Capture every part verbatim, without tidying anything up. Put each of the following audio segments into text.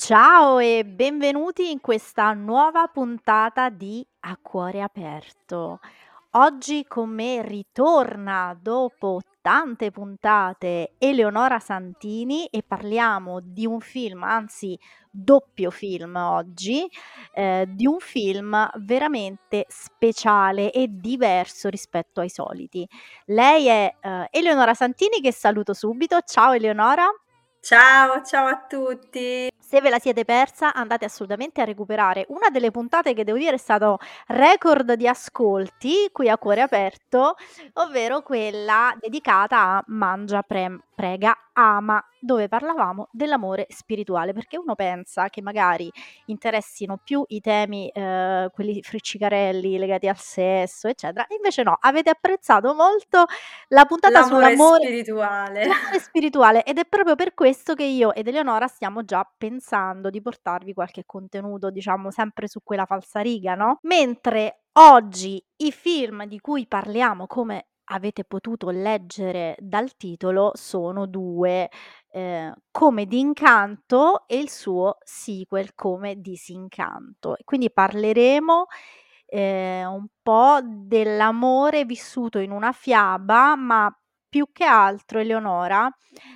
Ciao e benvenuti in questa nuova puntata di A Cuore Aperto. Oggi con me ritorna dopo tante puntate Eleonora Santini e parliamo di un film, anzi doppio film oggi, eh, di un film veramente speciale e diverso rispetto ai soliti. Lei è eh, Eleonora Santini, che saluto subito. Ciao Eleonora. Ciao, ciao a tutti. Se ve la siete persa, andate assolutamente a recuperare una delle puntate che devo dire è stato record di ascolti qui a Cuore Aperto, ovvero quella dedicata a Mangia, Pre- Prega, Ama, dove parlavamo dell'amore spirituale, perché uno pensa che magari interessino più i temi, eh, quelli friccicarelli legati al sesso, eccetera, e invece no, avete apprezzato molto la puntata L'amore sull'amore. spirituale. L'amore spirituale, ed è proprio per questo che io ed Eleonora stiamo già pensando di portarvi qualche contenuto, diciamo, sempre su quella falsariga, no? Mentre oggi i film di cui parliamo, come avete potuto leggere dal titolo, sono due, eh, Come d'Incanto e il suo sequel Come Disincanto. E quindi parleremo eh, un po' dell'amore vissuto in una fiaba, ma più che altro, Eleonora,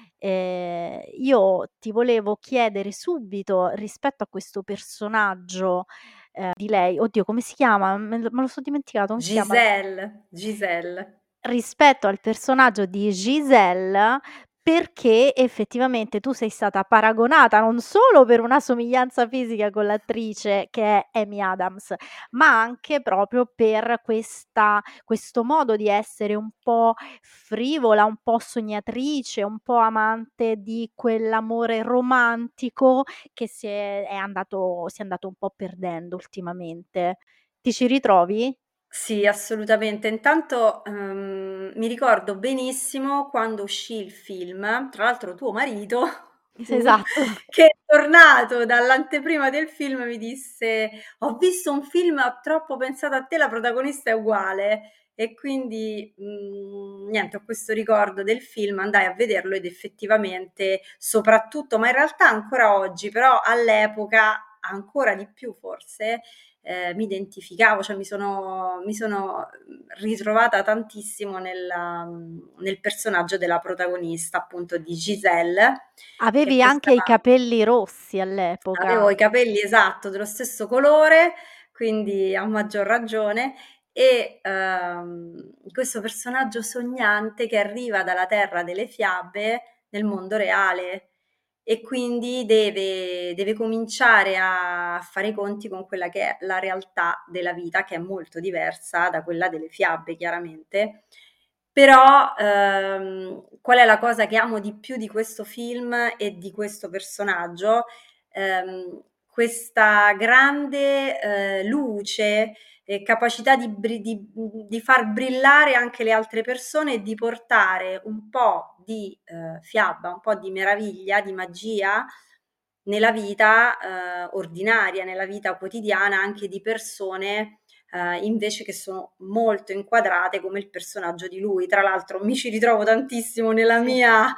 ehm, io ti volevo chiedere subito rispetto a questo personaggio, ehm, di lei, oddio come si chiama? Me lo me lo so dimenticato, come si chiama? Giselle, Giselle. Rispetto al personaggio di Giselle, perché effettivamente tu sei stata paragonata non solo per una somiglianza fisica con l'attrice che è Amy Adams, ma anche proprio per questa questo modo di essere un po' frivola, un po' sognatrice, un po' amante di quell'amore romantico che si è è andato si è andato un po' perdendo ultimamente. Ti ci ritrovi? Sì, assolutamente. Intanto, ehm, mi ricordo benissimo quando uscì il film, tra l'altro tuo marito, Es tu, esatto. che è tornato dall'anteprima del film mi disse: "Ho visto un film troppo pensato a te, la protagonista è uguale". E quindi, mhmm, niente, ho questo ricordo del film, andai a vederlo ed effettivamente, soprattutto ma in realtà ancora oggi, però all'epoca ancora di più forse, ehm, mi identificavo, cioè mi sono mi sono, mhmm, ritrovata tantissimo nella mhmm, nel personaggio della protagonista, appunto di Giselle, che è Avevi questa anche i capelli rossi all'epoca. avevo i capelli esatto, dello stesso colore, quindi a maggior ragione e, uhm, questo personaggio sognante che arriva dalla terra delle fiabe nel mondo reale e quindi deve deve cominciare a fare i conti con quella che è la realtà della vita, che è molto diversa da quella delle fiabe chiaramente. Però, uhm, qual è la cosa che amo di più di questo film e di questo personaggio? Ehm, questa grande, ehm, luce e capacità di bri di mhmm, di far brillare anche le altre persone e di portare un po' di, ehm, fiaba, un po' di meraviglia, di magia nella vita, ehm, ordinaria, nella vita quotidiana anche di persone, ehm, invece che sono molto inquadrate come il personaggio di lui. Tra l'altro mi ci ritrovo tantissimo nella Sì. mia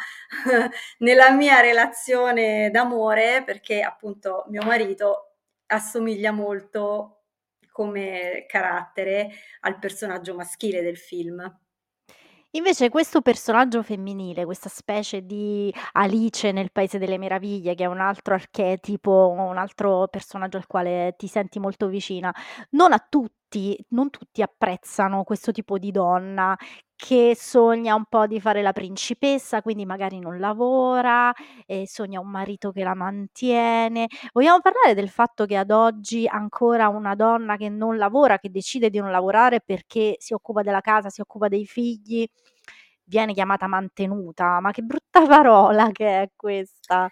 nella mia relazione d'amore, perché appunto mio marito assomiglia molto come carattere al personaggio maschile del film. Invece questo personaggio femminile, questa specie di Alice nel Paese delle Meraviglie, che è un altro archetipo, un altro personaggio al quale ti senti molto vicina, non a tutti non tutti apprezzano questo tipo di donna che sogna un po' di fare la principessa, quindi magari non lavora e sogna un marito che la mantiene. Vogliamo parlare del fatto che ad oggi ancora una donna che non lavora, che decide di non lavorare perché si occupa della casa, si occupa dei figli, viene chiamata mantenuta? Ma che brutta parola che è questa.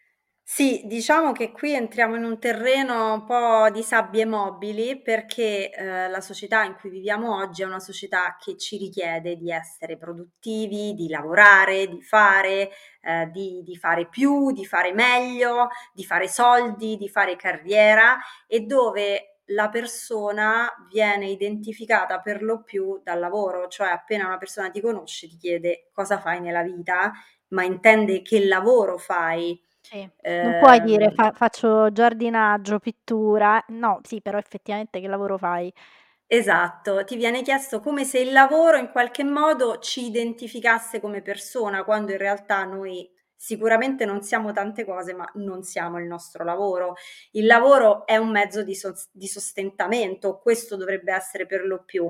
Sì, diciamo che qui entriamo in un terreno un po' di sabbie mobili perché, ehm, la società in cui viviamo oggi è una società che ci richiede di essere produttivi, di lavorare, di fare, ehm, di di fare più, di fare meglio, di fare soldi, di fare carriera e dove la persona viene identificata per lo più dal lavoro, cioè appena una persona ti conosce ti chiede: "Cosa fai nella vita?" Ma intende che lavoro fai. Sì, non puoi dire: Ehm "Fa faccio giardinaggio, pittura". No, sì, però effettivamente che lavoro fai? Esatto, ti viene chiesto come se il lavoro in qualche modo ci identificasse come persona, quando in realtà noi sicuramente non siamo tante cose, ma non siamo il nostro lavoro. Il lavoro è un mezzo di sos di sostentamento, questo dovrebbe essere per lo più.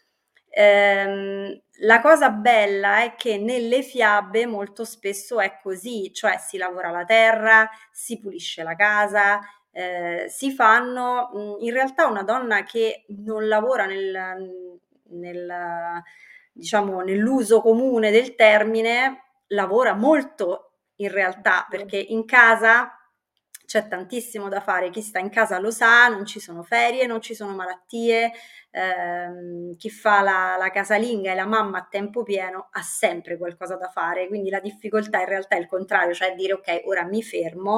Ehm, la cosa bella è che nelle fiabe molto spesso è così, cioè si lavora la terra, si pulisce la casa, ehm, si fanno mhmm, in realtà una donna che non lavora nel mhmm, nel diciamo, nell'uso comune del termine, lavora molto in realtà, perché in casa c'è tantissimo da fare. Chi sta in casa lo sa, non ci sono ferie, non ci sono malattie, ehm, chi fa la la casalinga e la mamma a tempo pieno ha sempre qualcosa da fare, quindi la difficoltà in realtà è il contrario, cioè dire: "Okay, ora mi fermo".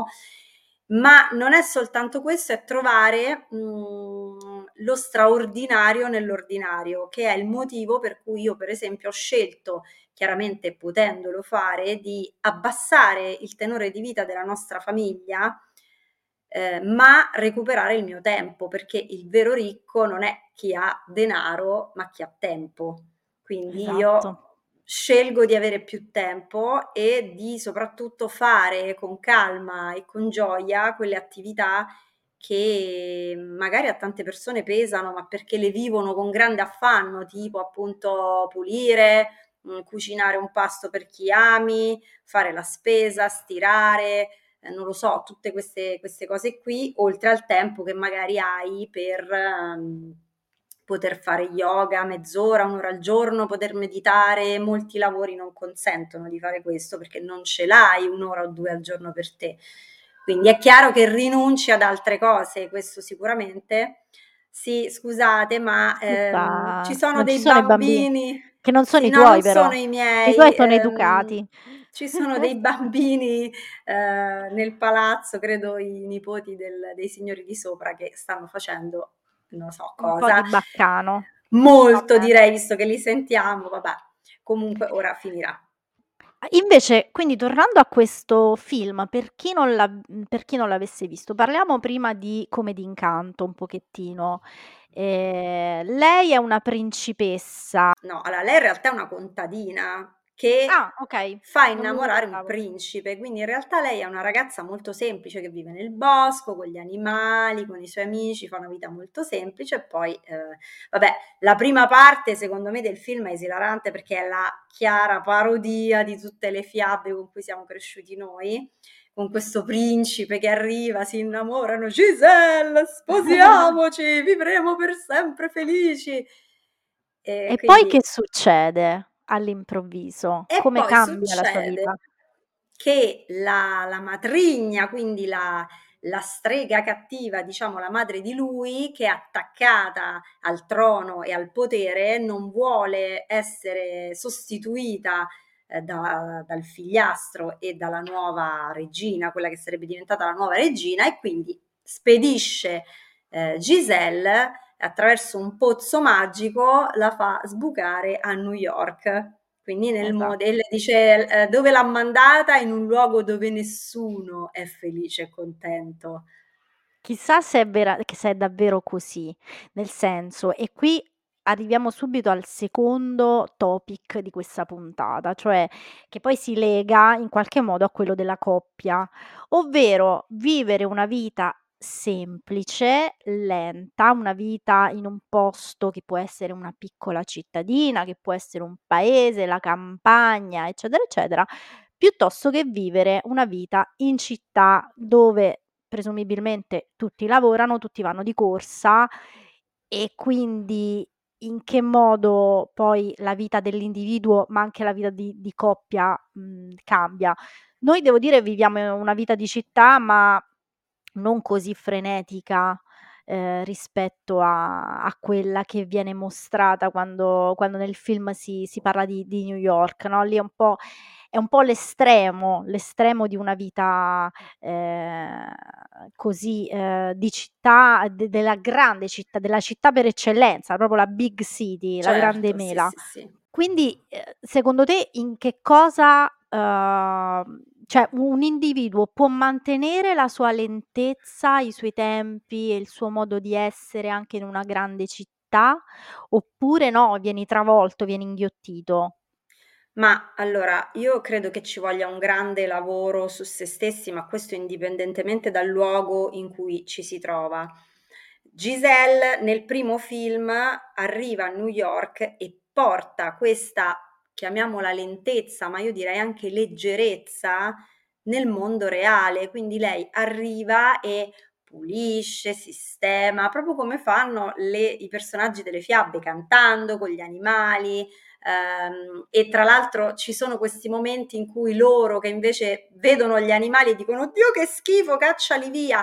Ma non è soltanto questo, è trovare, mhmm, lo straordinario nell'ordinario, che è il motivo per cui io, per esempio, ho scelto, chiaramente potendolo fare, di abbassare il tenore di vita della nostra famiglia, ehm, ma recuperare il mio tempo, perché il vero ricco non è chi ha denaro, ma chi ha tempo. Quindi Esatto. io scelgo di avere più tempo e di soprattutto fare con calma e con gioia quelle attività che magari a tante persone pesano, ma perché le vivono con grande affanno, tipo appunto pulire, mhmm, cucinare un pasto per chi ami, fare la spesa, stirare, ehm, non lo so, tutte queste queste cose qui, oltre al tempo che magari hai per, mhmm, poter fare yoga mezz'ora, un ora al giorno, poter meditare. Molti lavori non consentono di fare questo, perché non ce l'hai un ora o due al giorno per te. Quindi è chiaro che rinunci ad altre cose, questo sicuramente. Sì, scusate, ma, Ci ehm, ci sta. sono Non ci dei sono i bambi bambini che non sono sì, i no, tuoi non però, sono i che i tuoi miei, sono ehm, educati. ci sono dei bambini, ehm, nel palazzo, credo i nipoti del dei signori di sopra, che stanno facendo non so Un po' di cosa. baccano. Va Molto bene. direi, visto che li sentiamo, vabbè. Comunque ora finirà. A invece, quindi tornando a questo film, per chi non l'ha mhmm, per chi non l'avesse visto, parliamo prima di Come d'incanto un pochettino. Ehm, lei è una principessa. No, allora lei in realtà è una contadina che Ah, okay, fa non me lo innamorare un ricordavo. principe, quindi in realtà lei è una ragazza molto semplice che vive nel bosco con gli animali, con i suoi amici, fa una vita molto semplice e poi, ehm, vabbè, la prima parte secondo me del film è esilarante perché è la chiara parodia di tutte le fiabe con cui siamo cresciuti noi, con questo principe che arriva, si innamorano: "Giselle, sposiamoci, vivremo per sempre felici". E E poi che quindi succede all'improvviso? e Come poi cambia la sua succede vita? che la la matrigna, quindi la la strega cattiva, diciamo la madre di lui, che è attaccata al trono e al potere, non vuole essere sostituita, ehm, da dal figliastro e dalla nuova regina, quella che sarebbe diventata la nuova regina, e quindi spedisce, ehm, Giselle attraverso un pozzo magico, la fa sbucare a New York. Quindi nel Esa mod e le dice, ehm: "Dove l'ha mandata? In un luogo dove nessuno è felice e contento". Chissà se è vera che se è davvero così. Nel senso, e qui arriviamo subito al secondo topic di questa puntata, cioè che poi si lega in qualche modo a quello della coppia, ovvero vivere una vita semplice, lenta, una vita in un posto che può essere una piccola cittadina, che può essere un paese, la campagna, eccetera, eccetera, piuttosto che vivere una vita in città dove presumibilmente tutti lavorano, tutti vanno di corsa e quindi in che modo poi la vita dell'individuo, ma anche la vita di di coppia, mhmm, cambia. Noi devo dire viviamo una vita di città, ma non così frenetica, ehm, rispetto a a quella che viene mostrata quando quando nel film si si parla di di New York, no, lì è un po' è un po' l'estremo, l'estremo di una vita, ehm, così, ehm, di città, de della grande città, della città per eccellenza, proprio la big city, la grande Certo, sì, mela. sì, sì. Quindi, ehm, secondo te in che cosa, uhm cioè u un individuo può mantenere la sua lentezza, i suoi tempi e il suo modo di essere anche in una grande città, oppure no, vieni travolto, vieni inghiottito? Ma allora, io credo che ci voglia un grande lavoro su se stessi, ma questo indipendentemente dal luogo in cui ci si trova. Giselle nel primo film arriva a New York e porta questa, chiamiamola lentezza, ma io direi anche leggerezza nel mondo reale. Quindi lei arriva e pulisce, sistema, proprio come fanno le i personaggi delle fiabe, cantando con gli animali. Ehm, e tra l'altro ci sono questi momenti in cui loro che invece vedono gli animali e dicono: "Oddio che schifo, cacciali via".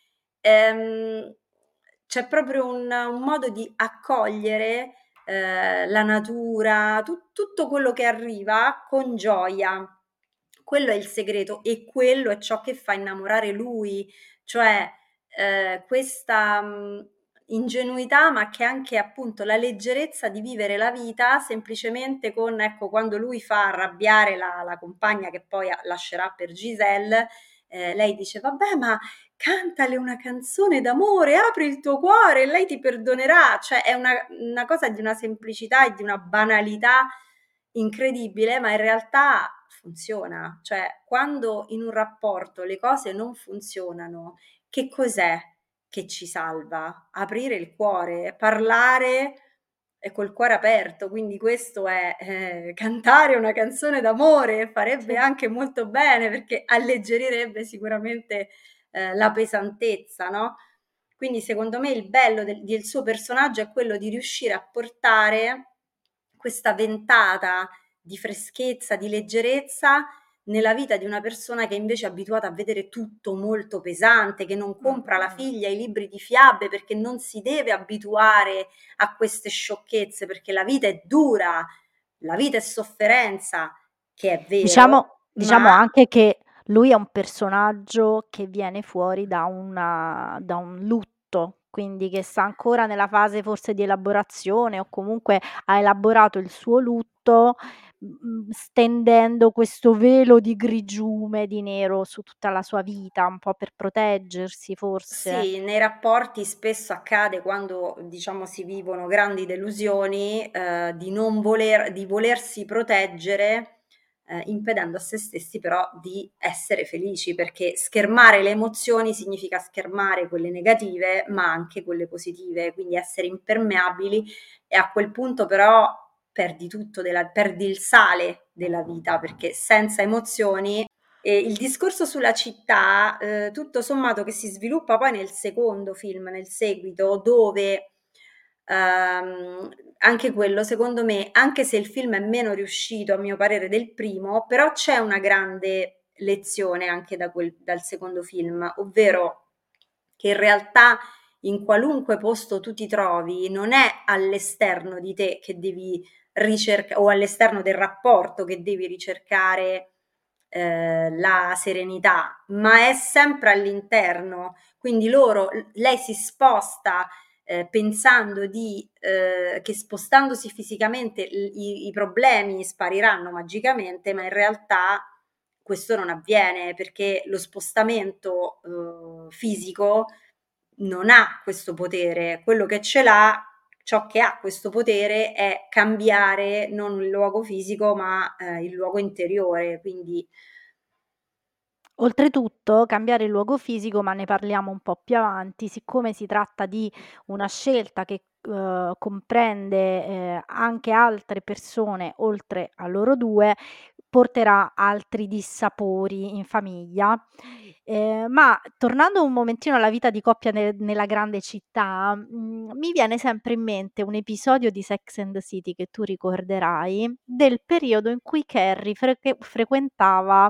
Ehm, c'è proprio un un modo di accogliere, ehm, la natura, tu tutto quello che arriva con gioia. Quello è il segreto e quello è ciò che fa innamorare lui, cioè, ehm, questa, mhmm, ingenuità, ma che è anche appunto la leggerezza di vivere la vita semplicemente con ecco, quando lui fa arrabbiare la la compagna che poi a lascerà per Giselle, ehm, lei dice: "Vabbè, ma cantale una canzone d'amore, apri il tuo cuore e lei ti perdonerà." Cioè è una una cosa di una semplicità e di una banalità incredibile, ma in realtà funziona. Cioè, quando in un rapporto le cose non funzionano, che cos'è che ci salva? Aprire il cuore, parlare e col cuore aperto. Quindi questo è, ehm, cantare una canzone d'amore, farebbe Sì. anche molto bene perché alleggerirebbe sicuramente, ehm, la pesantezza, no, quindi secondo me il bello del del suo personaggio è quello di riuscire a portare questa ventata di freschezza, di leggerezza nella vita di una persona che invece è abituata a vedere tutto molto pesante, che non Mh, compra mh, alla mh. figlia i libri di fiabe perché non si deve abituare a queste sciocchezze, perché la vita è dura, la vita è sofferenza, che è vero, Diciamo diciamo ma anche che lui è un personaggio che viene fuori da una da un lutto, quindi che sta ancora nella fase forse di elaborazione o comunque ha elaborato il suo lutto, mhmm, stendendo questo velo di grigiume, di nero su tutta la sua vita, un po' per proteggersi forse. sì, nei rapporti spesso accade quando, diciamo, si vivono grandi delusioni, ehm, di non voler di volersi proteggere, ehm, impedendo a se stessi però di essere felici, perché schermare le emozioni significa schermare quelle negative, ma anche quelle positive, quindi essere impermeabili e a quel punto però perdi tutto della perdi il sale della vita, perché senza emozioni e il discorso sulla città, uhm, tutto sommato che si sviluppa poi nel secondo film, nel seguito, dove, uhm, anche quello secondo me, anche se il film è meno riuscito a mio parere del primo, però c'è una grande lezione anche da quel dal secondo film, ovvero che in realtà in qualunque posto tu ti trovi, non è all'esterno di te che devi ricerca o all'esterno del rapporto che devi ricercare ehm, la serenità, ma è sempre all'interno. Quindi loro l lei si sposta, ehm, pensando di ehm, che spostandosi fisicamente l i i problemi spariranno magicamente, ma in realtà questo non avviene, perché lo spostamento, uhm, fisico non ha questo potere. Quello che ce l'ha ciò che ha questo potere è cambiare non il luogo fisico, ma, ehm, il luogo interiore, quindi Oltretutto cambiare il luogo fisico, ma ne parliamo un po' più avanti, siccome si tratta di una scelta che, uhm, comprende, ehm, anche altre persone oltre a loro due, porterà altri dissapori in famiglia. Ehm, ma tornando un momentino alla vita di coppia ne nella grande città, mhmm, mi viene sempre in mente un episodio di Sex and the City che tu ricorderai, del periodo in cui Carrie freche frequentava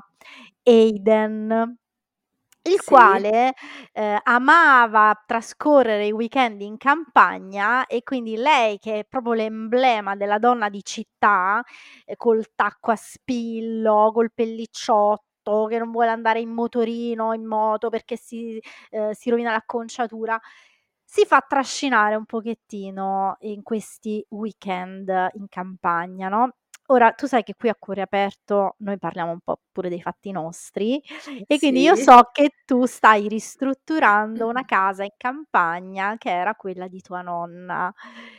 Aiden, il sì. quale, ehm, amava trascorrere i weekend in campagna e quindi lei che è proprio l'emblema della donna di città, ehm, col tacco a spillo, col pellicciotto, che non vuole andare in motorino, in moto perché si ehm, si rovina l'acconciatura, si fa trascinare un pochettino in questi weekend in campagna, no, Ora, tu sai che qui a Cuore Aperto noi parliamo un po' pure dei fatti nostri e quindi io Sì. so che tu stai ristrutturando una casa in campagna che era quella di tua nonna.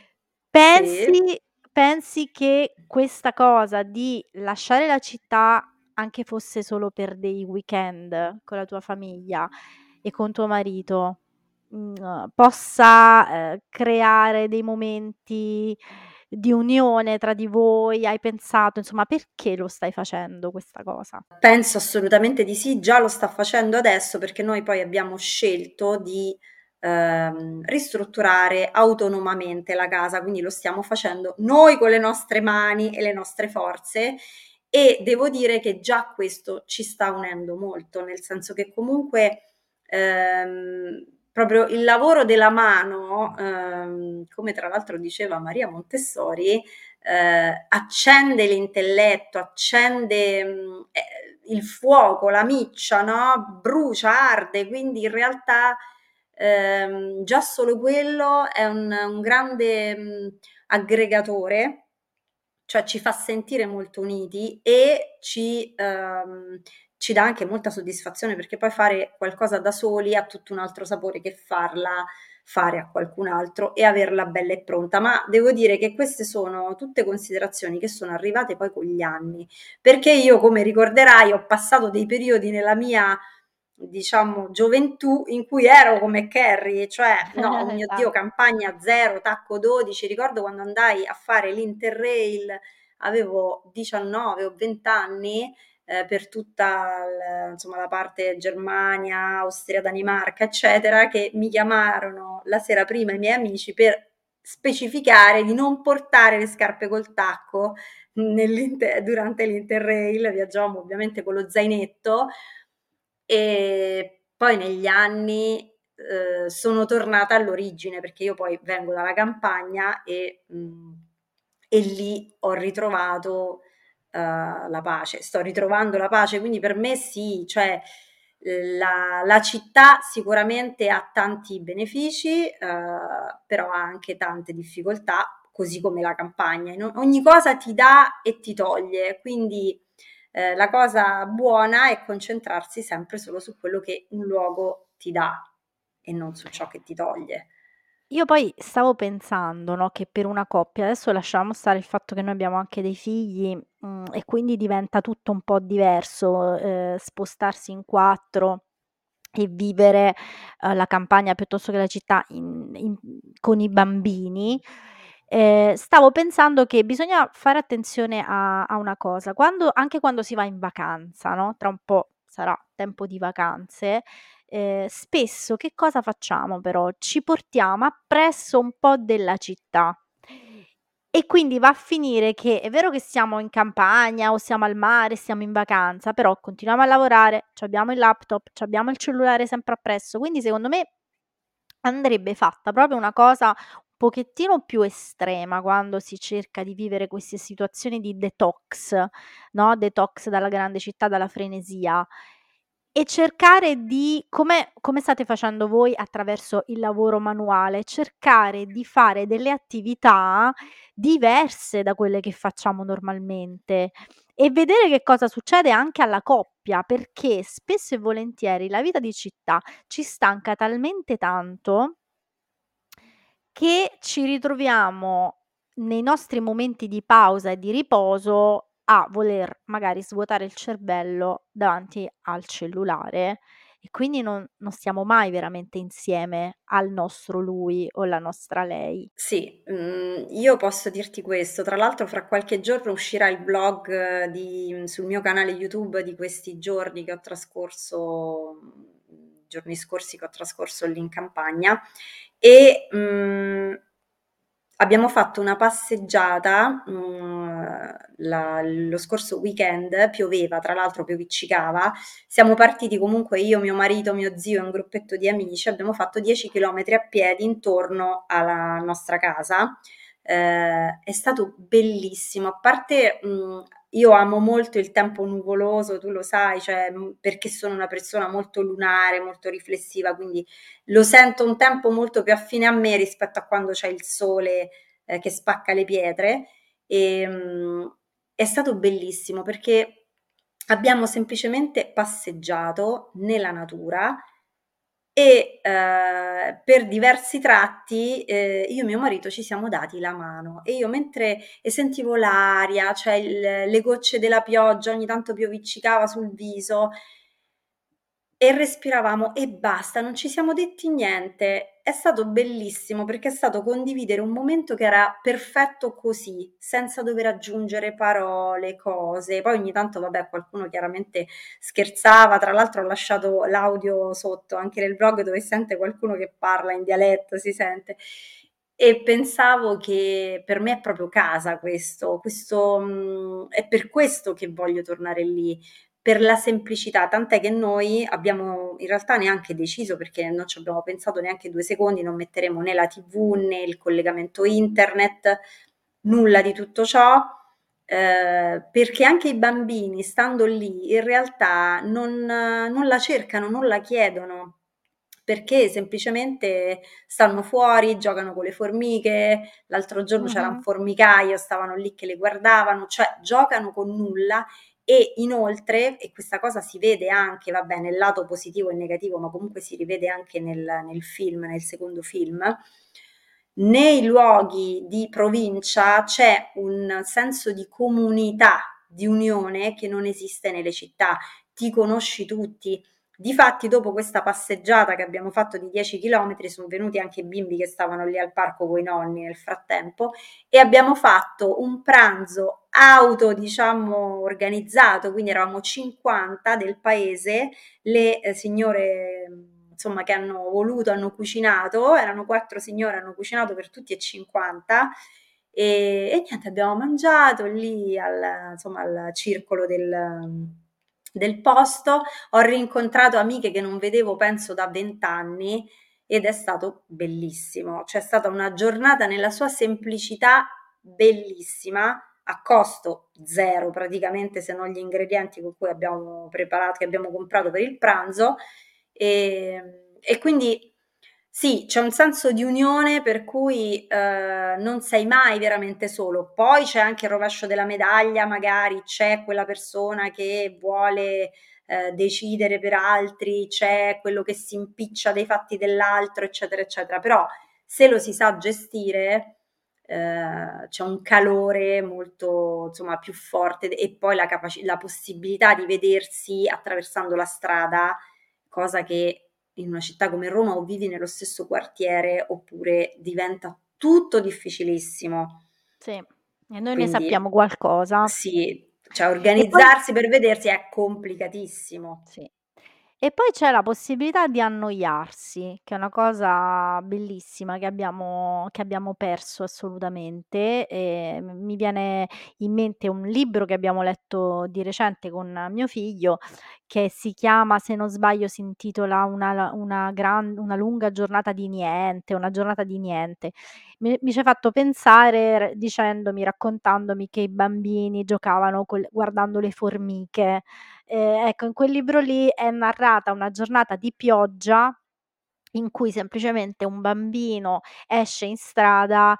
Sì. Pensi pensi che questa cosa di lasciare la città, anche fosse solo per dei weekend con la tua famiglia e con tuo marito, mhmm, possa, ehm, creare dei momenti di unione tra di voi? Hai pensato, insomma, perché lo stai facendo questa cosa? Penso assolutamente di sì, già lo sta facendo adesso perché noi poi abbiamo scelto di, ehm, ristrutturare autonomamente la casa, quindi lo stiamo facendo noi con le nostre mani e le nostre forze e devo dire che già questo ci sta unendo molto, nel senso che comunque, ehm, proprio il lavoro della mano, ehm, come tra l'altro diceva Maria Montessori, ehm, accende l'intelletto, accende, mhmm, ehm, il fuoco, la miccia, no, brucia, arde, quindi in realtà, ehm, già solo quello è un un grande, mhmm, aggregatore, cioè ci fa sentire molto uniti e ci ehm, ci dà anche molta soddisfazione, perché poi fare qualcosa da soli ha tutto un altro sapore che farla fare a qualcun altro e averla bella e pronta. Ma devo dire che queste sono tutte considerazioni che sono arrivate poi con gli anni, perché io, come ricorderai, ho passato dei periodi nella mia, diciamo, gioventù in cui ero come Carrie, cioè no, oh mio Dio, Esatto. campagna zero, tacco dodici. Ricordo quando andai a fare l'Interrail, avevo diciannove o venti anni, eh, per tutta l- insomma, la parte Germania, Austria, Danimarca, eccetera, che mi chiamarono la sera prima i miei amici per specificare di non portare le scarpe col tacco nell'inter- durante l'Interrail. Viaggiavamo ovviamente con lo zainetto e poi negli anni eh, sono tornata all'origine perché io poi vengo dalla campagna e, mh, e lì ho ritrovato eh, la pace, sto ritrovando la pace, quindi per me sì, cioè la, la città sicuramente ha tanti benefici, eh, però ha anche tante difficoltà, così come la campagna. In o- ogni cosa ti dà e ti toglie, quindi eh, la cosa buona è concentrarsi sempre solo su quello che un luogo ti dà e non su ciò che ti toglie. Io poi stavo pensando, no, che per una coppia adesso lasciamo stare il fatto che noi abbiamo anche dei figli, mhmm, e quindi diventa tutto un po' diverso, ehm, spostarsi in quattro e vivere, uhm, la campagna piuttosto che la città in in con i bambini. Ehm, stavo pensando che bisogna fare attenzione a a una cosa: quando anche quando si va in vacanza, no, tra un po' sarà tempo di vacanze, ehm, spesso che cosa facciamo però? Ci portiamo appresso un po' della città. E quindi va a finire che è vero che siamo in campagna o siamo al mare, siamo in vacanza, però continuiamo a lavorare, c'abbiamo il laptop, c'abbiamo il cellulare sempre appresso, quindi secondo me andrebbe fatta proprio una cosa un pochettino più estrema quando si cerca di vivere queste situazioni di detox, no, detox dalla grande città, dalla frenesia e cercare di come come state facendo voi attraverso il lavoro manuale, cercare di fare delle attività diverse da quelle che facciamo normalmente e vedere che cosa succede anche alla coppia, perché spesso e volentieri la vita di città ci stanca talmente tanto che ci ritroviamo nei nostri momenti di pausa e di riposo a voler magari svuotare il cervello davanti al cellulare e quindi non non stiamo mai veramente insieme al nostro lui o la nostra lei. Sì, mhmm, io posso dirti questo. Tra l'altro fra qualche giorno uscirà il vlog eh, di mhmm, sul mio canale YouTube di questi giorni che ho trascorso mhmm, giorni scorsi che ho trascorso lì in campagna e, mhmm, abbiamo fatto una passeggiata, mhmm, la lo scorso weekend, pioveva, tra l'altro pioviccicava. Siamo partiti comunque io, mio marito, mio zio e un gruppetto di amici, abbiamo fatto dieci chilometri a piedi intorno alla nostra casa. Ehm, è stato bellissimo. A parte, mhmm, io amo molto il tempo nuvoloso, tu lo sai, cioè, mhmm, perché sono una persona molto lunare, molto riflessiva, quindi lo sento un tempo molto più affine a me rispetto a quando c'è il sole, ehm, che spacca le pietre. Ehm, è stato bellissimo perché abbiamo semplicemente passeggiato nella natura e, ehm, per diversi tratti, ehm, io e mio marito ci siamo dati la mano e io mentre e sentivo l'aria, cioè il le gocce della pioggia, ogni tanto pioviccicava sul viso e respiravamo e basta, non ci siamo detti niente. È stato bellissimo perché è stato condividere un momento che era perfetto così, senza dover aggiungere parole, cose. Poi ogni tanto, vabbè, qualcuno chiaramente scherzava, tra l'altro ho lasciato l'audio sotto anche nel blog dove si sente qualcuno che parla in dialetto, si sente. E pensavo che per me è proprio casa questo, questo mhmm, è per questo che voglio tornare lì, per la semplicità, tant'è che noi abbiamo in realtà neanche deciso, perché non ci abbiamo pensato neanche due secondi, non metteremo né la T V né il collegamento internet, nulla di tutto ciò, ehm, perché anche i bambini stando lì in realtà non non la cercano, non la chiedono, perché semplicemente stanno fuori, giocano con le formiche, l'altro giorno c'era un Mh-mh. formicaio, stavano lì che le guardavano, cioè giocano con nulla e inoltre, e questa cosa si vede anche, vabbè, nel lato positivo e negativo, ma comunque si rivede anche nel nel film, nel secondo film, nei luoghi di provincia c'è un senso di comunità, di unione che non esiste nelle città. Ti conosci tutti. Difatti dopo questa passeggiata che abbiamo fatto di dieci chilometri son venuti anche i bimbi che stavano lì al parco coi nonni nel frattempo e abbiamo fatto un pranzo auto, diciamo, organizzato, quindi eravamo cinquanta del paese, le eh, signore mh, insomma che hanno voluto, hanno cucinato, erano quattro signore, hanno cucinato per tutti e cinquanta e, e niente, abbiamo mangiato lì al, insomma, al circolo del, del posto, ho rincontrato amiche che non vedevo penso da vent'anni ed è stato bellissimo, c'è stata una giornata nella sua semplicità bellissima, a costo zero praticamente, se non gli ingredienti con cui abbiamo preparato, che abbiamo comprato per il pranzo. E, e quindi sì, c'è un senso di unione per cui eh, non sei mai veramente solo. Poi c'è anche il rovescio della medaglia, magari c'è quella persona che vuole eh, decidere per altri, c'è quello che si impiccia dei fatti dell'altro, eccetera, eccetera. Però se lo si sa gestire, eh, c'è un calore molto, insomma, più forte e poi la, capaci- la possibilità di vedersi attraversando la strada, cosa che in una città come Roma o vivi nello stesso quartiere oppure diventa tutto difficilissimo. Sì, e noi ne Quindi sappiamo qualcosa. sì, cioè E poi organizzarsi per vedersi è complicatissimo. sì. E poi c'è la possibilità di annoiarsi, che è una cosa bellissima che abbiamo che abbiamo perso assolutamente. Ehm, mi viene in mente un libro che abbiamo letto di recente con mio figlio, che si chiama, se non sbaglio, si intitola Una la una gran una lunga giornata di niente, una giornata di niente. Mi mi ci hai fatto pensare r dicendomi, raccontandomi che i bambini giocavano col guardando le formiche. Ehm, ecco, in quel libro lì è narrata una giornata di pioggia in cui semplicemente un bambino esce in strada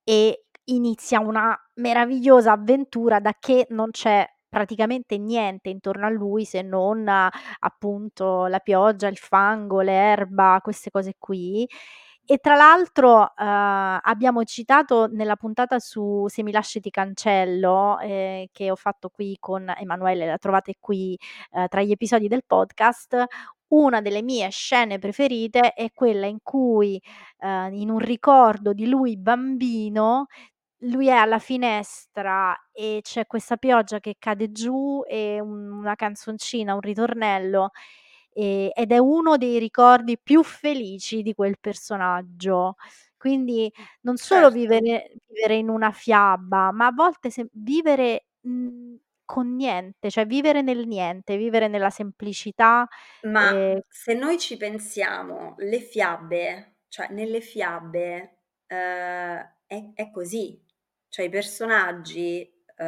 e inizia una meravigliosa avventura da che non c'è praticamente niente intorno a lui se non eh, appunto la pioggia, il fango, l'erba, queste cose qui. E tra l'altro, uhm, abbiamo citato nella puntata su "Se mi lasci ti cancello", ehm, che ho fatto qui con Emanuele, la trovate qui, ehm, tra gli episodi del podcast, una delle mie scene preferite è quella in cui, ehm, in un ricordo di lui bambino, lui è alla finestra e c'è questa pioggia che cade giù e un una canzoncina, un ritornello, ehm, ed è uno dei ricordi più felici di quel personaggio. Quindi non solo Certo. vivere vivere in una fiaba, ma a volte sem vivere, mhmm, con niente, cioè vivere nel niente, vivere nella semplicità, Ma ehm se noi ci pensiamo, le fiabe, cioè nelle fiabe, ehm, è è così. Cioè i personaggi,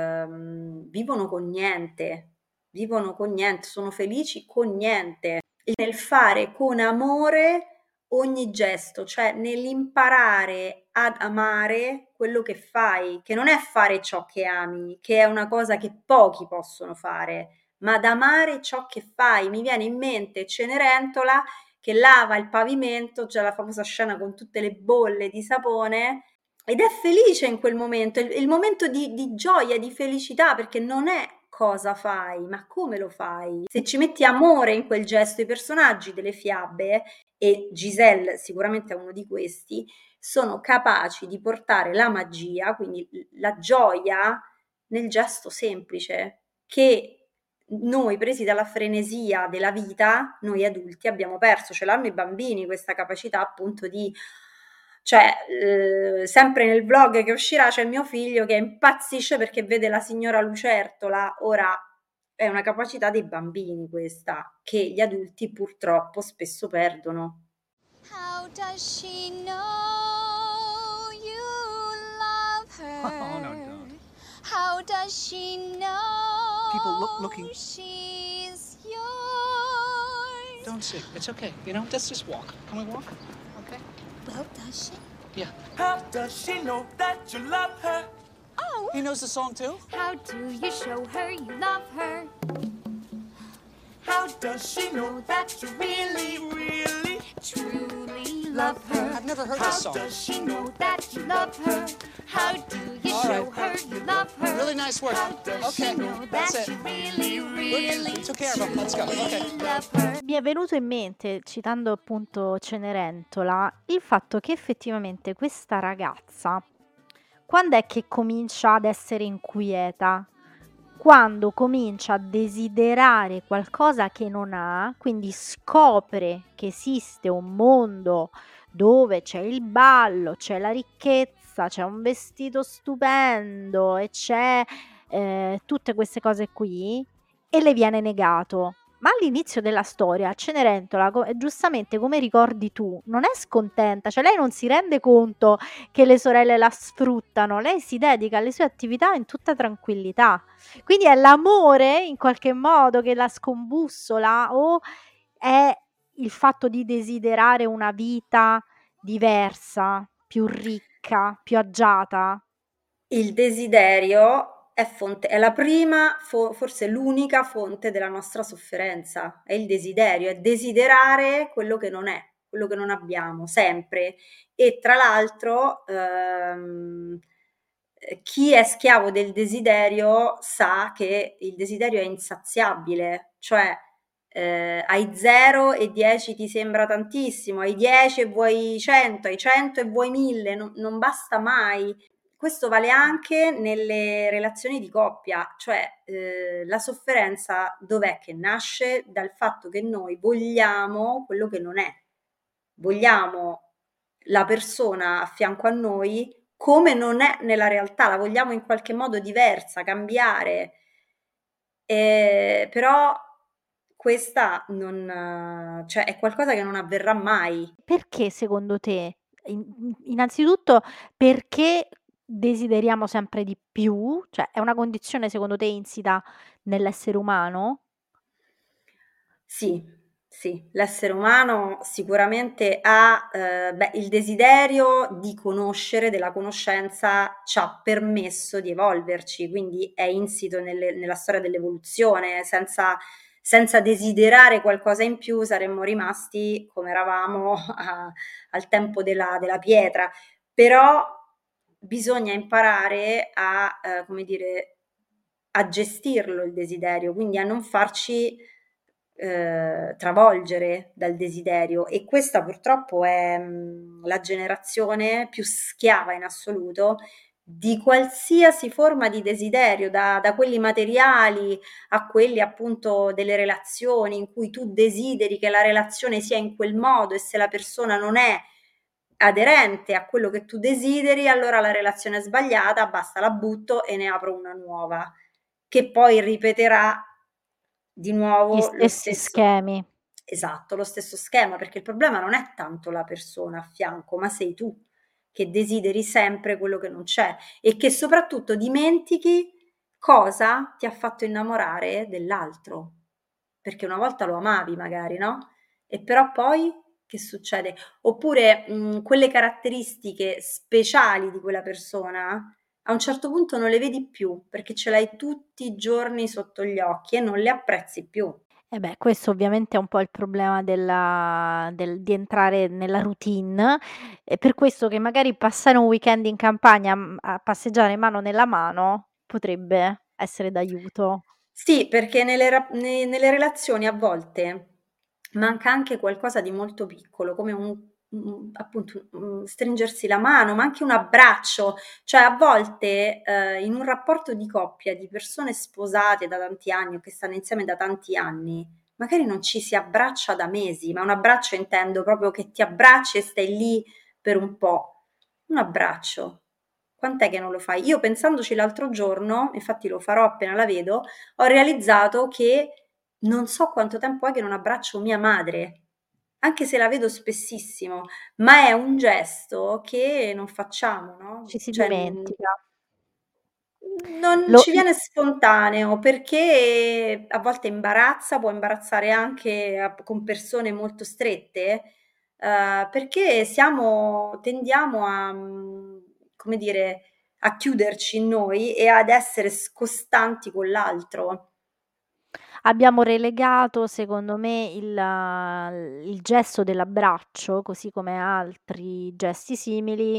ehm, vivono con niente, vivono con niente, sono felici con niente. E nel fare con amore ogni gesto, cioè nell'imparare ad amare quello che fai, che non è fare ciò che ami, che è una cosa che pochi possono fare, ma ad amare ciò che fai. Mi viene in mente Cenerentola che lava il pavimento, c'è la famosa scena con tutte le bolle di sapone, ed è felice in quel momento, il, il momento di, di gioia, di felicità, perché non è cosa fai, ma come lo fai. Se ci metti amore in quel gesto, i personaggi delle fiabe, e Giselle sicuramente è uno di questi, sono capaci di portare la magia, quindi la gioia, nel gesto semplice, che noi presi dalla frenesia della vita, noi adulti abbiamo perso. Ce l'hanno i bambini questa capacità appunto di, cioè eh, sempre nel vlog che uscirà c'è mio figlio che impazzisce perché vede la signora Lucertola. Ora è una capacità dei bambini questa, che gli adulti purtroppo spesso perdono. How does she know you love her? Oh, no, don't. How does she know People look- looking- she's yours? Don't sing. It's okay. You know, let's just walk. Can we walk? Okay? Well, does she? Yeah. How does she know that you love her? Oh! He knows the song too? How do you show her you love her? How does she know that you really, really Truly love her. I've never heard How this song. does she Know know that you love her. How do you All show right. her you love her? Really nice work. Okay, Know that's that it. you really, really, We took care of him. Let's go. Okay. love her. Mi è venuto in mente, citando appunto Cenerentola, il fatto che effettivamente questa ragazza, quando è che comincia ad essere inquieta? Quando comincia a desiderare qualcosa che non ha, quindi scopre che esiste un mondo dove c'è il ballo, c'è la ricchezza, c'è un vestito stupendo e c'è eh, tutte queste cose qui, e le viene negato. Ma all'inizio della storia Cenerentola, co- giustamente come ricordi tu, non è scontenta, cioè lei non si rende conto che le sorelle la sfruttano, lei si dedica alle sue attività in tutta tranquillità. Quindi è l'amore in qualche modo che la scombussola, o è il fatto di desiderare una vita diversa, più ricca, più agiata? Il desiderio è fonte, è la prima, fo- forse l'unica fonte della nostra sofferenza. È il desiderio, è desiderare quello che non è, quello che non abbiamo, sempre. E tra l'altro, ehm, eh, chi è schiavo del desiderio sa che il desiderio è insaziabile, cioè eh, hai zero e dieci ti sembra tantissimo, hai dieci e vuoi cento, hai cento e vuoi mille, non, non basta mai. Questo vale anche nelle relazioni di coppia, cioè eh, la sofferenza dov'è che nasce? Dal fatto che noi vogliamo quello che non è, vogliamo la persona a fianco a noi come non è nella realtà, la vogliamo in qualche modo diversa, cambiare. Eh, però questa non, cioè è qualcosa che non avverrà mai. Perché secondo te? In- innanzitutto, perché desideriamo sempre di più? Cioè, è una condizione secondo te insita nell'essere umano? Sì, sì, l'essere umano sicuramente ha eh, beh, il desiderio di conoscere, della conoscenza ci ha permesso di evolverci, quindi è insito nelle- nella storia dell'evoluzione. Senza, senza desiderare qualcosa in più saremmo rimasti come eravamo a- al tempo della, della pietra. Però bisogna imparare a, eh, come dire, a gestirlo il desiderio, quindi a non farci eh, travolgere dal desiderio. E questa purtroppo è mh, la generazione più schiava in assoluto di qualsiasi forma di desiderio, da, da quelli materiali a quelli appunto delle relazioni in cui tu desideri che la relazione sia in quel modo, e se la persona non è aderente a quello che tu desideri, allora la relazione è sbagliata, basta, la butto e ne apro una nuova, che poi ripeterà di Gli nuovo lo stessi stesso, schemi. esatto, lo stesso schema, perché il problema non è tanto la persona a fianco, ma sei tu che desideri sempre quello che non c'è, e che soprattutto dimentichi cosa ti ha fatto innamorare dell'altro, perché una volta lo amavi magari, no? E però poi che succede? Oppure, mhmm, quelle caratteristiche speciali di quella persona, a un certo punto non le vedi più, perché ce l'hai tutti i giorni sotto gli occhi e non le apprezzi più. Eh beh, questo ovviamente è un po' il problema della del di entrare nella routine. È per questo che magari passare un weekend in campagna, mhmm, a passeggiare mano nella mano, potrebbe essere d'aiuto. Sì, perché nelle ra ne nelle relazioni a volte manca anche qualcosa di molto piccolo, come un un appunto, mhmm, stringersi la mano, ma anche un abbraccio. Cioè a volte, ehm, in un rapporto di coppia di persone sposate da tanti anni o che stanno insieme da tanti anni, magari non ci si abbraccia da mesi, ma un abbraccio intendo proprio che ti abbracci e stai lì per un po'. Un abbraccio. Quant'è che non lo fai? Io pensandoci l'altro giorno, infatti lo farò appena la vedo, ho realizzato che non so quanto tempo è che non abbraccio mia madre, anche se la vedo spessissimo, ma è un gesto che non facciamo, Ci no, si cioè, mhmm, dimentica. non Lo ci viene spontaneo perché a volte imbarazza, può imbarazzare anche a con persone molto strette, uhm, perché siamo tendiamo a mhmm, come dire, a chiuderci in noi e ad essere scostanti con l'altro. Abbiamo relegato secondo me il il gesto dell'abbraccio, così come altri gesti simili,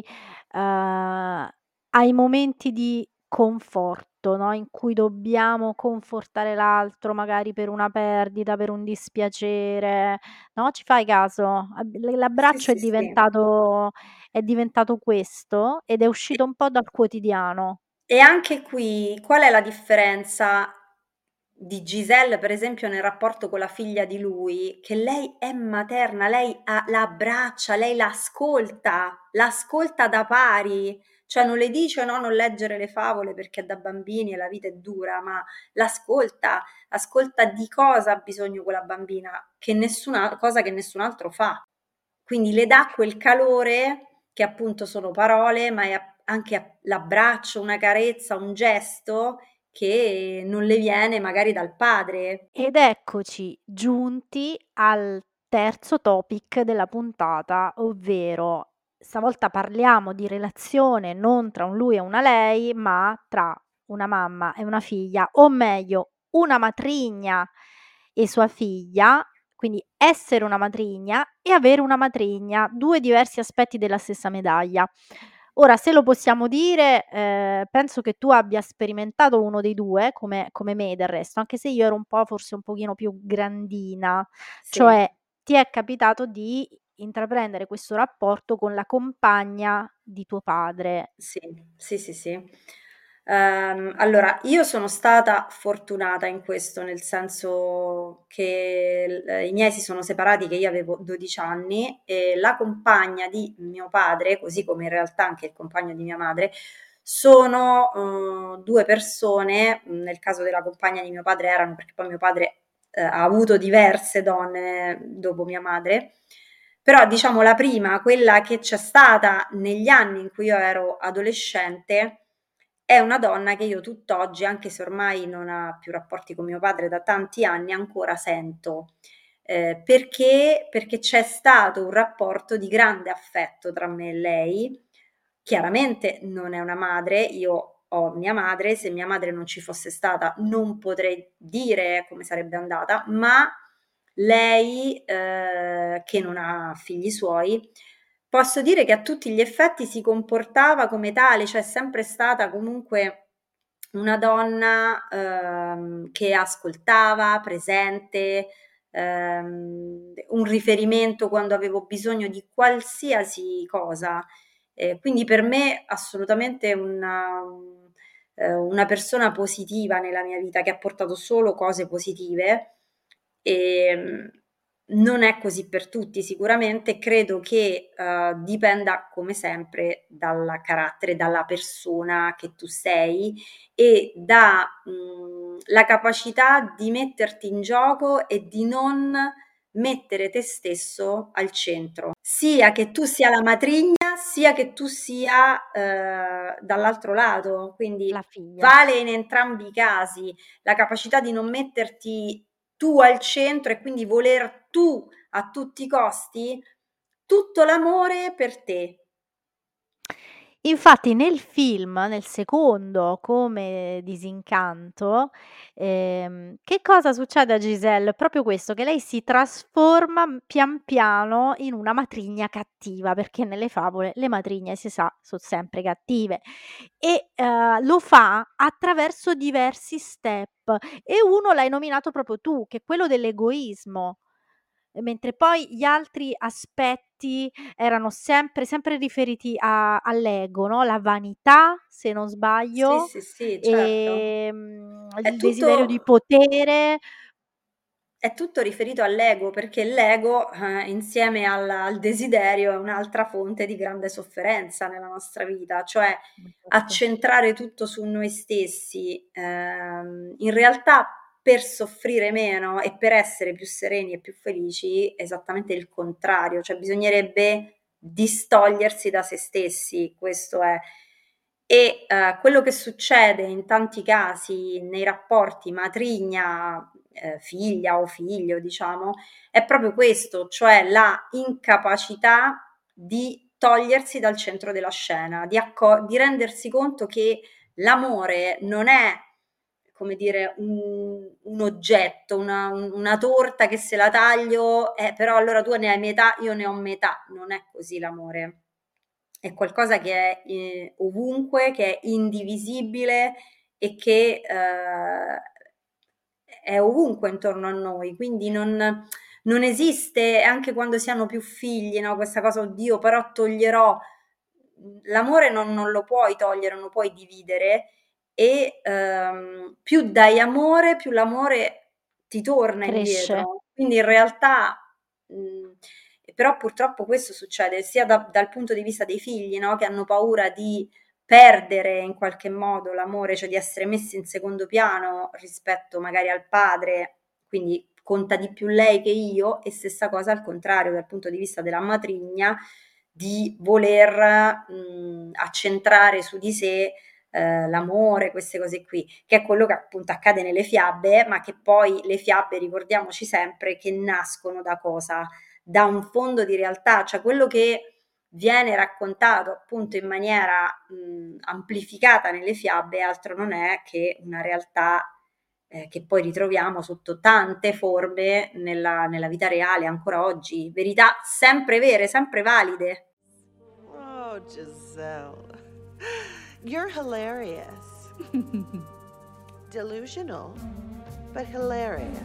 uhm, ai momenti di conforto, no, in cui dobbiamo confortare l'altro, magari per una perdita, per un dispiacere, no, ci fai caso? Ab l Sì, l'abbraccio è sì, sì. diventato è diventato questo ed è uscito un po' dal quotidiano. E anche qui qual è la differenza di Giselle, per esempio, nel rapporto con la figlia di lui? Che lei è materna, lei ha la abbraccia, lei l'ascolta, l'ascolta da pari, cioè non le dice: "No, non leggere le favole perché è da bambini e la vita è dura", ma l'ascolta, ascolta di cosa ha bisogno quella bambina, che nessuna cosa che nessun altro fa. Quindi le dà quel calore che appunto sono parole, ma è a anche a l'abbraccio, una carezza, un gesto che non le viene magari dal padre. Ed eccoci giunti al terzo topic della puntata, ovvero stavolta parliamo di relazione non tra un lui e una lei, ma tra una mamma e una figlia, o meglio una matrigna e sua figlia, quindi essere una matrigna e avere una matrigna, due diversi aspetti della stessa medaglia. Ora, se lo possiamo dire, ehm, penso che tu abbia sperimentato uno dei due, come come me del resto, anche se io ero un po' forse un pochino più grandina, Sì. cioè ti è capitato di intraprendere questo rapporto con la compagna di tuo padre. Sì, sì, sì, sì. Ehm, allora, io sono stata fortunata in questo, nel senso che l i miei si sono separati che io avevo dodici anni e la compagna di mio padre, così come in realtà anche il compagno di mia madre, sono, uhm, due persone, mhmm, nel caso della compagna di mio padre erano perché poi mio padre, ehm, ha avuto diverse donne dopo mia madre, però diciamo la prima, quella che c'è stata negli anni in cui io ero adolescente, è una donna che io tutt'oggi, anche se ormai non ha più rapporti con mio padre da tanti anni, ancora sento. Ehm, perché? Perché c'è stato un rapporto di grande affetto tra me e lei. Chiaramente non è una madre, io ho mia madre, se mia madre non ci fosse stata non potrei dire come sarebbe andata, ma lei, ehm, che non ha figli suoi, posso dire che a tutti gli effetti si comportava come tale, cioè è sempre stata comunque una donna, ehm, che ascoltava, presente, ehm, un riferimento quando avevo bisogno di qualsiasi cosa. Ehm, quindi per me assolutamente una mhmm, ehm, una persona positiva nella mia vita, che ha portato solo cose positive. Ehm, non è così per tutti sicuramente, credo che, uhm, dipenda come sempre dal carattere, dalla persona che tu sei e da, mhmm, la capacità di metterti in gioco e di non mettere te stesso al centro, sia che tu sia la matrigna, sia che tu sia, uhm, dall'altro lato. La Quindi figlia. vale in entrambi i casi la capacità di non metterti tu al centro e quindi voler tu a tutti i costi, tutto l'amore per te. Infatti nel film, nel secondo, Come Disincanto, ehm, che cosa succede a Giselle? Proprio questo, che lei si trasforma, mhmm, pian piano in una matrigna cattiva, perché nelle favole le matrigne si sa so' sempre cattive e, uhm, lo fa attraverso diversi step e uno l'hai nominato proprio tu, che è quello dell'egoismo. E mentre poi gli altri aspetti erano sempre sempre riferiti a all'ego, no, la vanità, se non Sì, sbaglio, sì, sì, certo. ehm, È il desiderio di tutto potere. È tutto riferito all'ego, perché l'ego, eh, insieme al al desiderio è un'altra fonte di grande sofferenza nella nostra vita, cioè Esatto. accentrare tutto su noi stessi, ehm, in realtà per soffrire meno e per essere più sereni e più felici, esattamente il contrario, cioè bisognerebbe distogliersi da se stessi, questo è. E, ehm, quello che succede in tanti casi nei rapporti matrigna, ehm, figlia o figlio diciamo, è proprio questo, cioè la incapacità di togliersi dal centro della scena, di acco di rendersi conto che l'amore non è, come dire, un un oggetto, una un una torta che se la taglio, eh, però allora tu ne hai metà, io ne ho metà. Non è così l'amore. È qualcosa che è, ehm, ovunque, che è indivisibile e che, ehm, è ovunque intorno a noi, quindi non non esiste anche quando si hanno più figli, no, questa cosa: "Oddio, però toglierò" mhmm, l'amore non non lo puoi togliere, non lo puoi dividere e, ehm, più dai amore, più l'amore ti torna Cresce. indietro. Quindi in realtà mhmm, però purtroppo questo succede sia da dal punto di vista dei figli, no, che hanno paura di perdere in qualche modo l'amore, cioè di essere messi in secondo piano rispetto magari al padre, quindi conta di più lei che io, e stessa cosa al contrario dal punto di vista della matrigna, di voler, mhmm, accentrare su di sé, ehm, l'amore, queste cose qui, che è quello che appunto accade nelle fiabe, ma che poi le fiabe, ricordiamoci sempre, che nascono da cosa? Da un fondo di realtà, cioè quello che viene raccontato appunto in maniera, mhmm, amplificata nelle fiabe altro non è che una realtà, ehm, che poi ritroviamo sotto tante forme nella nella vita reale ancora oggi, verità sempre vere, sempre valide. Oh, Giselle. You're hilarious. Delusional, but hilarious.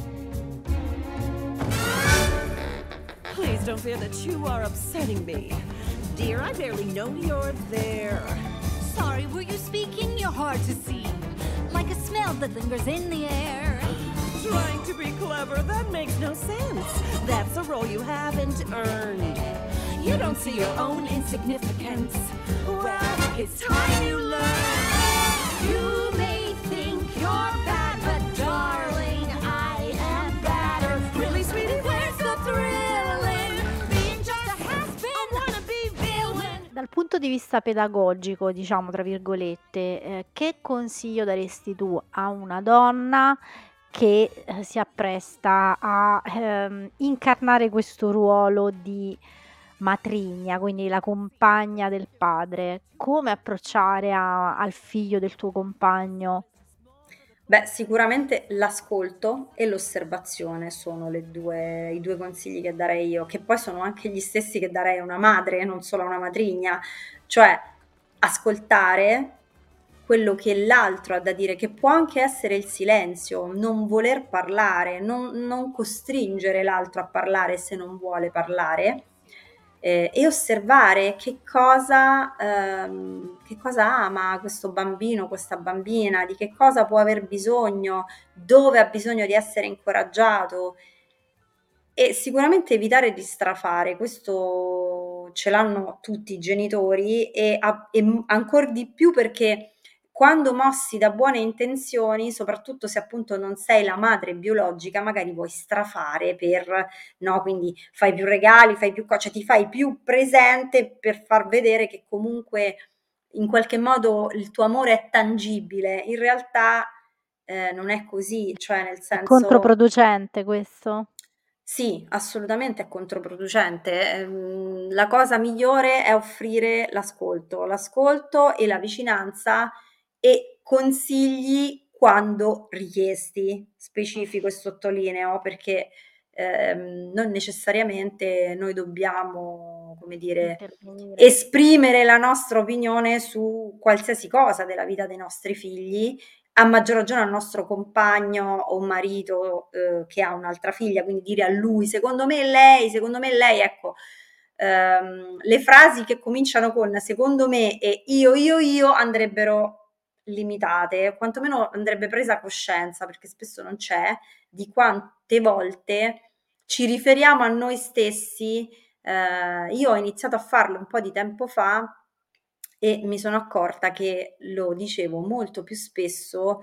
Please don't fear that you are upsetting me. Dear, I barely know you're there. Sorry, were you speaking? You're hard to see. Like a smell that lingers in the air. Trying to be clever, that makes no sense. That's a role you haven't earned. You don't see your own insignificance. Well, it's time you learn. You may think you're bad, but darling, I am better. Really, sweetie, where's the thrill in Being just a has-been, a wannabe villain? Dal punto di vista pedagogico, diciamo tra virgolette, ehm, che consiglio daresti tu a una donna che, ehm, si appresta a, ehm, incarnare questo ruolo di matrigna, quindi la compagna del padre? Come approcciare a al figlio del tuo compagno? Beh, sicuramente l'ascolto e l'osservazione sono le due i due consigli che darei io, che poi sono anche gli stessi che darei a una madre, non solo a una matrigna. Cioè, ascoltare quello che l'altro ha da dire, che può anche essere il silenzio, non voler parlare, non non costringere l'altro a parlare se non vuole parlare, ehm, e osservare che cosa ehm, che cosa ama questo bambino, questa bambina, di che cosa può aver bisogno, dove ha bisogno di essere incoraggiato. E sicuramente evitare di strafare, questo ce l'hanno tutti i genitori e a e m ancor di più perché quando mossi da buone intenzioni, soprattutto se appunto non sei la madre biologica, magari vuoi strafare per no, quindi fai più regali, fai più co cioè ti fai più presente per far vedere che comunque in qualche modo il tuo amore è tangibile. In realtà, ehm, non è così, cioè nel È senso controproducente questo? Sì, assolutamente è controproducente. Ehm, la cosa migliore è offrire l'ascolto, l'ascolto e la vicinanza e consigli quando richiesti, specifico e sottolineo, perché, ehm, non necessariamente noi dobbiamo, come dire, Intervenire. esprimere la nostra opinione su qualsiasi cosa della vita dei nostri figli, a maggior ragione al nostro compagno o marito, uhm, che ha un'altra figlia, quindi dire a lui: "Secondo me lei, secondo me lei", ecco, ehm, le frasi che cominciano con "secondo me" e "io, io, io" andrebbero limitate, o quantomeno andrebbe presa coscienza, perché spesso non c'è, di quante volte ci riferiamo a noi stessi. Ehm, io ho iniziato a farlo un po' di tempo fa e mi sono accorta che lo dicevo molto più spesso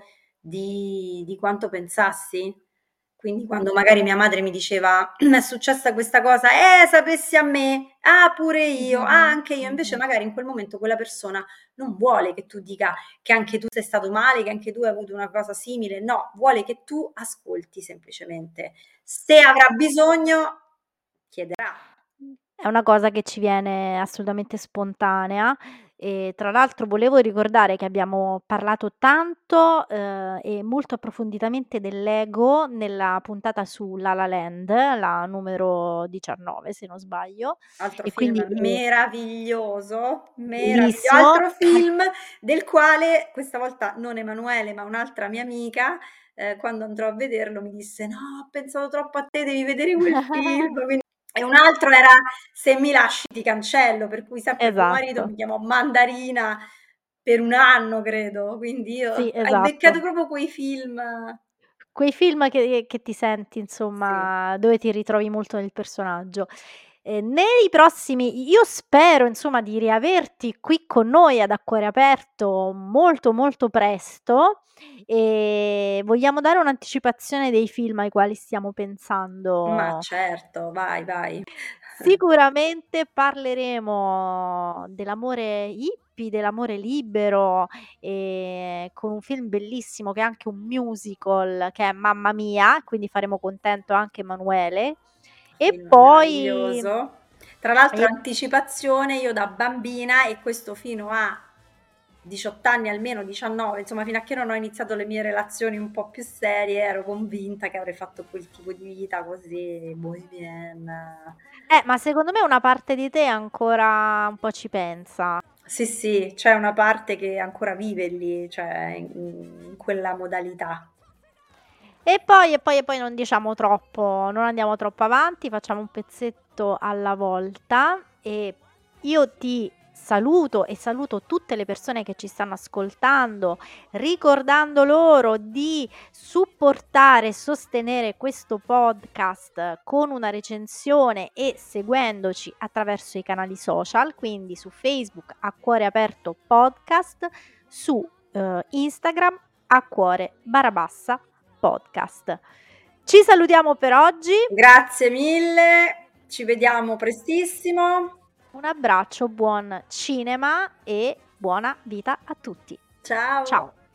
di di quanto pensassi. Quindi quando magari mia madre mi diceva: "M'è successa questa cosa", "Eh, sapessi a me", "Ah, pure io", "Ah, Mh-mh, anche io". Invece mh-mh. magari in quel momento quella persona non vuole che tu dica che anche tu sei stato male, che anche tu hai avuto una cosa simile, no, vuole che tu ascolti semplicemente. Se avrà bisogno chiederà. È una cosa che ci viene assolutamente spontanea e tra l'altro volevo ricordare che abbiamo parlato tanto, ehm, e molto approfonditamente dell'ego nella puntata su La La Land, la numero diciannove se non sbaglio, Altro e film quindi meraviglioso, meravigli bellissimo. altro film del quale questa volta non Emanuele, ma un'altra mia amica, ehm, quando andrò a vederlo mi disse: "No, ho pensato troppo a te, devi vedere quel film". Quindi e un altro era Se mi lasci ti cancello, per cui sempre mio marito Esatto. mi chiamò Mandarina per un anno credo, quindi io Sì, hai beccato esatto. proprio quei film. Quei film che che ti senti Sì. insomma, dove ti ritrovi molto nel personaggio. Ehm, nei prossimi io spero insomma di riaverti qui con noi ad Acquario Aperto molto, molto presto, e vogliamo dare un'anticipazione dei film ai quali stiamo Ma pensando? certo, vai, vai. Sicuramente parleremo dell'amore hippie, dell'amore libero, ehm, con un film bellissimo che è anche un musical, che è Mamma Mia, quindi faremo contento anche Emanuele. E Film poi meraviglioso. Tra l'altro e anticipazione, io da bambina e questo fino a diciotto anni almeno, diciannove, insomma fino a che non ho iniziato le mie relazioni un po' più serie, ero convinta che avrei fatto quel tipo di vita così bohemienne. eh, ma secondo me una parte di te ancora un po' ci pensa. Sì, sì, c'è una parte che ancora vive lì, cioè in in quella modalità. E poi e poi e poi non diciamo troppo, non andiamo troppo avanti, facciamo un pezzetto alla volta e io ti saluto e saluto tutte le persone che ci stanno ascoltando, ricordando loro di supportare e sostenere questo podcast con una recensione e seguendoci attraverso i canali social, quindi su Facebook A Cuore Aperto Podcast, su, uhm, Instagram A Cuore barra bassa podcast. Ci salutiamo per oggi. Grazie mille, ci vediamo prestissimo. Un abbraccio, buon cinema e buona vita a tutti. Ciao. Ciao.